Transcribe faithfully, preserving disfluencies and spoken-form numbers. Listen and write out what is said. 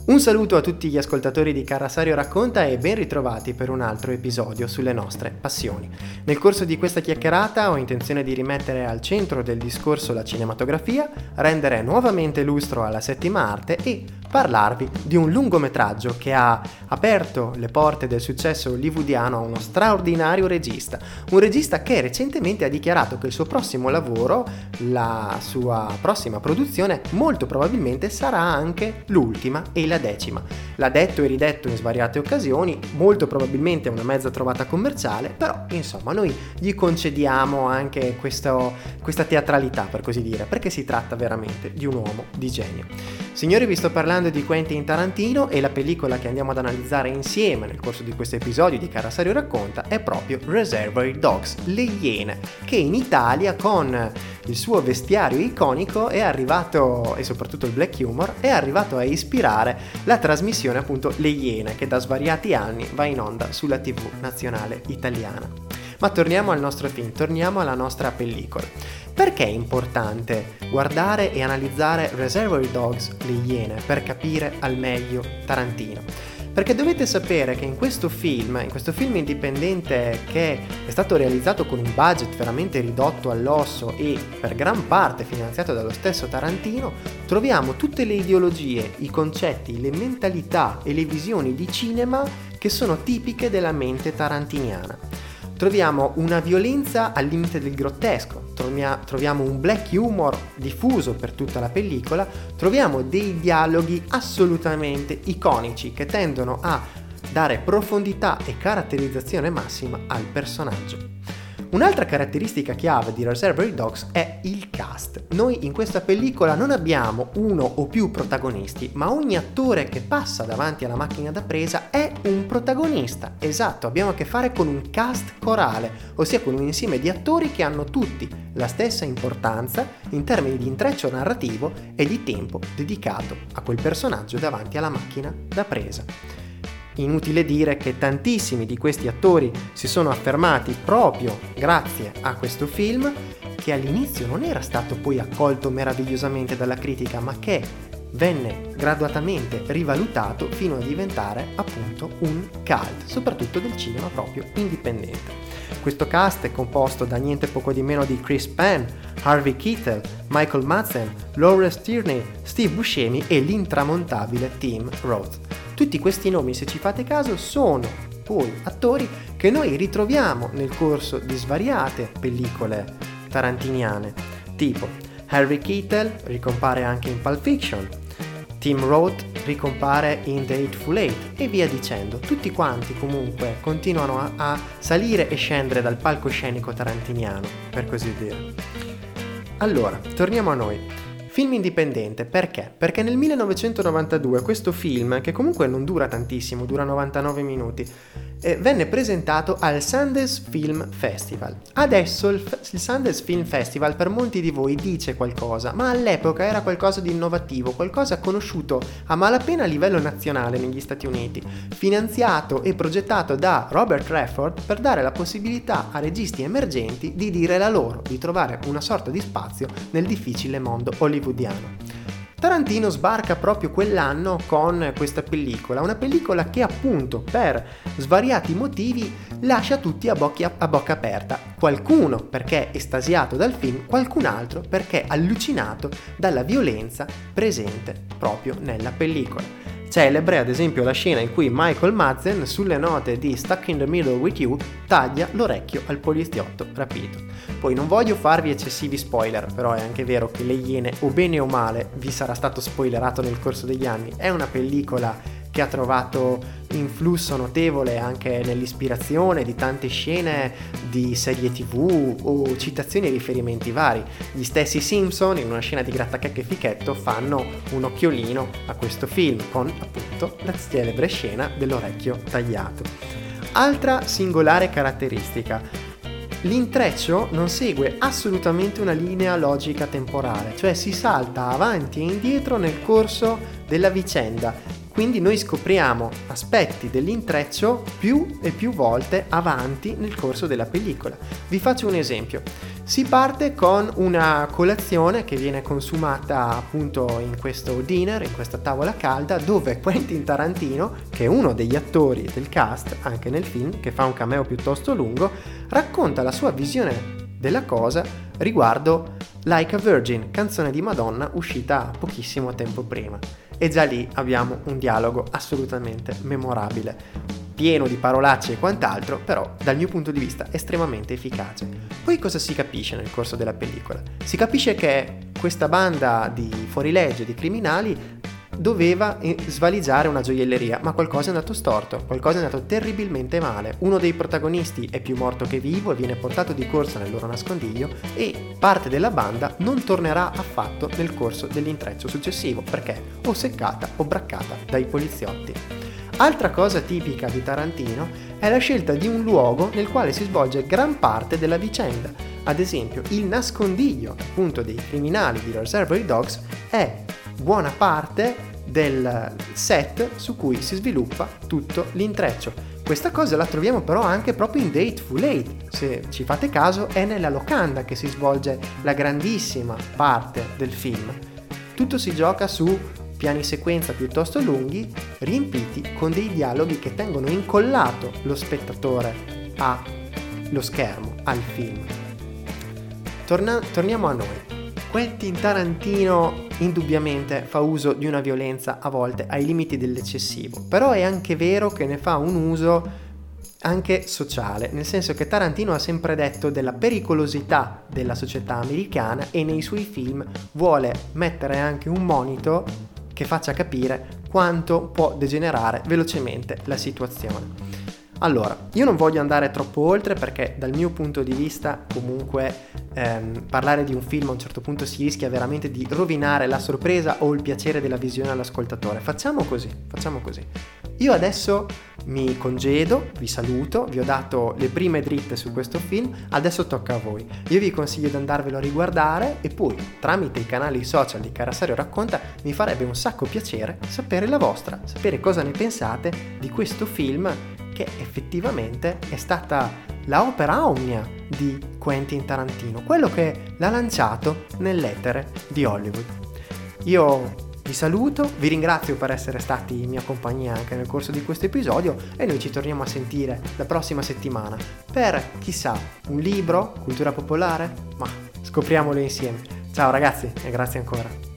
Un saluto a tutti gli ascoltatori di Carassario Racconta e ben ritrovati per un altro episodio sulle nostre passioni. Nel corso di questa chiacchierata ho intenzione di rimettere al centro del discorso la cinematografia, rendere nuovamente lustro alla settima arte e parlarvi di un lungometraggio che ha aperto le porte del successo hollywoodiano a uno straordinario regista, un regista che recentemente ha dichiarato che il suo prossimo lavoro, la sua prossima produzione, molto probabilmente sarà anche l'ultima e la decima. L'ha detto e ridetto in svariate occasioni, molto probabilmente una mezza trovata commerciale, però insomma noi gli concediamo anche questo, questa teatralità, per così dire, perché si tratta veramente di un uomo di genio. Signori, vi sto parlando di Quentin Tarantino e la pellicola che andiamo ad analizzare insieme nel corso di questo episodio di Carassario Racconta è proprio Reservoir Dogs, Le Iene, che in Italia con il suo vestiario iconico è arrivato, e soprattutto il black humor, è arrivato a ispirare la trasmissione appunto Le Iene, che da svariati anni va in onda sulla tivù nazionale italiana. Ma torniamo al nostro film, torniamo alla nostra pellicola. Perché è importante guardare e analizzare Reservoir Dogs, Le Iene, per capire al meglio Tarantino? Perché dovete sapere che in questo film, in questo film indipendente che è stato realizzato con un budget veramente ridotto all'osso e per gran parte finanziato dallo stesso Tarantino, troviamo tutte le ideologie, i concetti, le mentalità e le visioni di cinema che sono tipiche della mente tarantiniana. Troviamo una violenza al limite del grottesco, troviamo un black humor diffuso per tutta la pellicola, troviamo dei dialoghi assolutamente iconici che tendono a dare profondità e caratterizzazione massima al personaggio. Un'altra caratteristica chiave di Reservoir Dogs è il cast. Noi in questa pellicola non abbiamo uno o più protagonisti, ma ogni attore che passa davanti alla macchina da presa è un protagonista. Esatto, abbiamo a che fare con un cast corale, ossia con un insieme di attori che hanno tutti la stessa importanza in termini di intreccio narrativo e di tempo dedicato a quel personaggio davanti alla macchina da presa. Inutile dire che tantissimi di questi attori si sono affermati proprio grazie a questo film, che all'inizio non era stato poi accolto meravigliosamente dalla critica, ma che venne graduatamente rivalutato fino a diventare appunto un cult, soprattutto del cinema proprio indipendente. Questo cast è composto da niente poco di meno di Chris Penn, Harvey Keitel, Michael Madsen, Lawrence Tierney, Steve Buscemi e l'intramontabile Tim Roth. Tutti questi nomi, se ci fate caso, sono poi attori che noi ritroviamo nel corso di svariate pellicole tarantiniane, tipo Harvey Keitel ricompare anche in Pulp Fiction, Tim Roth ricompare in The Hateful Eight e via dicendo. Tutti quanti comunque continuano a, a salire e scendere dal palcoscenico tarantiniano, per così dire. Allora, torniamo a noi. Film indipendente, perché? Perché nel millenovecentonovantadue questo film, che comunque non dura tantissimo, dura novantanove minuti, eh, venne presentato al Sundance Film Festival. Adesso il, F- il Sundance Film Festival per molti di voi dice qualcosa, ma all'epoca era qualcosa di innovativo, qualcosa conosciuto a malapena a livello nazionale negli Stati Uniti, finanziato e progettato da Robert Redford per dare la possibilità a registi emergenti di dire la loro, di trovare una sorta di spazio nel difficile mondo hollywoodiano. Tarantino sbarca proprio quell'anno con questa pellicola, una pellicola che appunto per svariati motivi lascia tutti a, bocchi, a bocca aperta, qualcuno perché estasiato dal film, qualcun altro perché allucinato dalla violenza presente proprio nella pellicola. Celebre ad esempio la scena in cui Michael Madsen, sulle note di Stuck in the Middle with You, taglia l'orecchio al poliziotto rapito. Poi non voglio farvi eccessivi spoiler, però è anche vero che Le Iene, o bene o male, vi sarà stato spoilerato nel corso degli anni. È una pellicola che ha trovato influsso notevole anche nell'ispirazione di tante scene di serie tv o citazioni e riferimenti vari. Gli stessi Simpson, in una scena di Grattacacca e Fichetto, fanno un occhiolino a questo film con appunto la celebre scena dell'orecchio tagliato. Altra singolare caratteristica: l'intreccio non segue assolutamente una linea logica temporale, cioè si salta avanti e indietro nel corso della vicenda. Quindi noi scopriamo aspetti dell'intreccio più e più volte avanti nel corso della pellicola. Vi faccio un esempio. Si parte con una colazione che viene consumata appunto in questo dinner, in questa tavola calda, dove Quentin Tarantino, che è uno degli attori del cast anche nel film, che fa un cameo piuttosto lungo, racconta la sua visione della cosa riguardo Like a Virgin, canzone di Madonna uscita pochissimo tempo prima. E già lì abbiamo un dialogo assolutamente memorabile, pieno di parolacce e quant'altro, però dal mio punto di vista estremamente efficace. Poi cosa si capisce nel corso della pellicola? Si capisce che questa banda di fuorilegge, di criminali, doveva svaligiare una gioielleria, ma qualcosa è andato storto, qualcosa è andato terribilmente male. Uno dei protagonisti è più morto che vivo e viene portato di corsa nel loro nascondiglio, e parte della banda non tornerà affatto nel corso dell'intreccio successivo, perché o seccata o braccata dai poliziotti. Altra cosa tipica di Tarantino è la scelta di un luogo nel quale si svolge gran parte della vicenda. Ad esempio, il nascondiglio appunto dei criminali di Reservoir Dogs è buona parte del set su cui si sviluppa tutto l'intreccio. Questa cosa la troviamo però anche proprio in The Hateful Eight. Se ci fate caso, è nella locanda che si svolge la grandissima parte del film. Tutto si gioca su piani sequenza piuttosto lunghi, riempiti con dei dialoghi che tengono incollato lo spettatore allo schermo, al film. Torna- torniamo a noi. Quentin Tarantino indubbiamente fa uso di una violenza a volte ai limiti dell'eccessivo, però è anche vero che ne fa un uso anche sociale, nel senso che Tarantino ha sempre detto della pericolosità della società americana e nei suoi film vuole mettere anche un monito che faccia capire quanto può degenerare velocemente la situazione. Allora, io non voglio andare troppo oltre perché dal mio punto di vista comunque ehm, parlare di un film a un certo punto si rischia veramente di rovinare la sorpresa o il piacere della visione all'ascoltatore. Facciamo così, facciamo così. Io adesso mi congedo, vi saluto, vi ho dato le prime dritte su questo film, adesso tocca a voi. Io vi consiglio di andarvelo a riguardare e poi tramite i canali social di Carasario Racconta mi farebbe un sacco piacere sapere la vostra, sapere cosa ne pensate di questo film che effettivamente è stata la opera omnia di Quentin Tarantino, quello che l'ha lanciato nell'etere di Hollywood. Io vi saluto, vi ringrazio per essere stati in mia compagnia anche nel corso di questo episodio e noi ci torniamo a sentire la prossima settimana per, chissà, un libro, cultura popolare? Ma scopriamolo insieme. Ciao ragazzi e grazie ancora.